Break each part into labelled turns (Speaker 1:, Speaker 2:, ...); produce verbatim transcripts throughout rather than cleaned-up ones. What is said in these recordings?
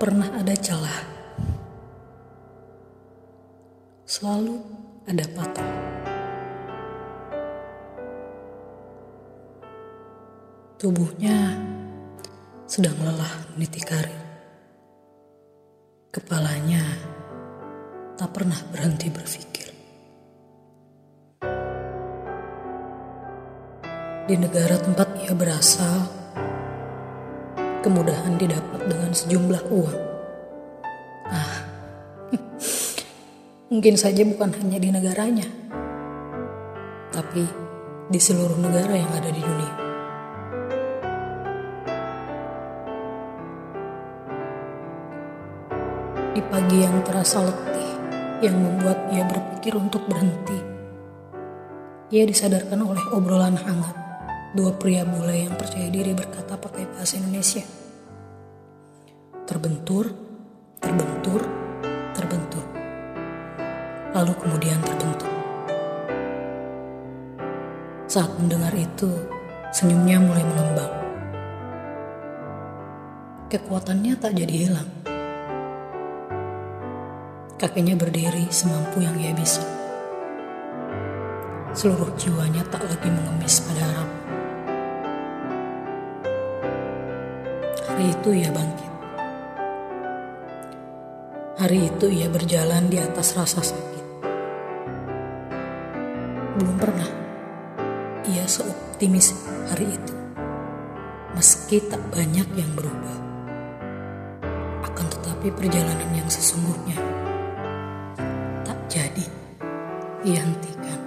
Speaker 1: pernah ada celah, selalu ada patah. Tubuhnya sedang lelah meniti karir. Kepalanya tak pernah berhenti berpikir. Di negara tempat ia berasal, kemudahan didapat dengan sejumlah uang. Ah, mungkin saja bukan hanya di negaranya, tapi di seluruh negara yang ada di dunia. Di pagi yang terasa letih, yang membuat ia berpikir untuk berhenti, ia disadarkan oleh obrolan hangat dua pria bule yang percaya diri berkata pakai bahasa Indonesia. Terbentur, terbentur, terbentur. Lalu kemudian terbentuk. Saat mendengar itu, senyumnya mulai mengembang. Kekuatannya tak jadi hilang. Kakinya berdiri semampu yang ia bisa. Seluruh jiwanya tak lagi mengemis pada harapan. Hari itu ia bangkit. Hari itu ia berjalan di atas rasa sakit. Belum pernah ia seoptimis hari itu. Meski tak banyak yang berubah, akan tetapi perjalanan yang sesungguhnya tak jadi ia hentikan.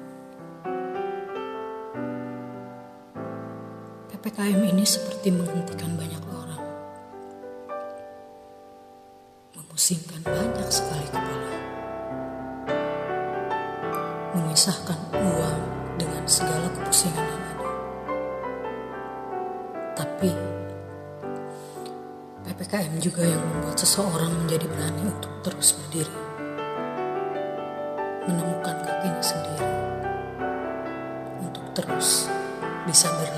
Speaker 1: P P K M ini seperti menghentikan banyak orang, memusingkan banyak sekali kepala, memisahkan uang dengan segala kepusingan yang ada. Tapi P P K M juga yang membuat seseorang menjadi berani untuk terus berdiri, menemukan kakinya sendiri, untuk terus bisa berdiri.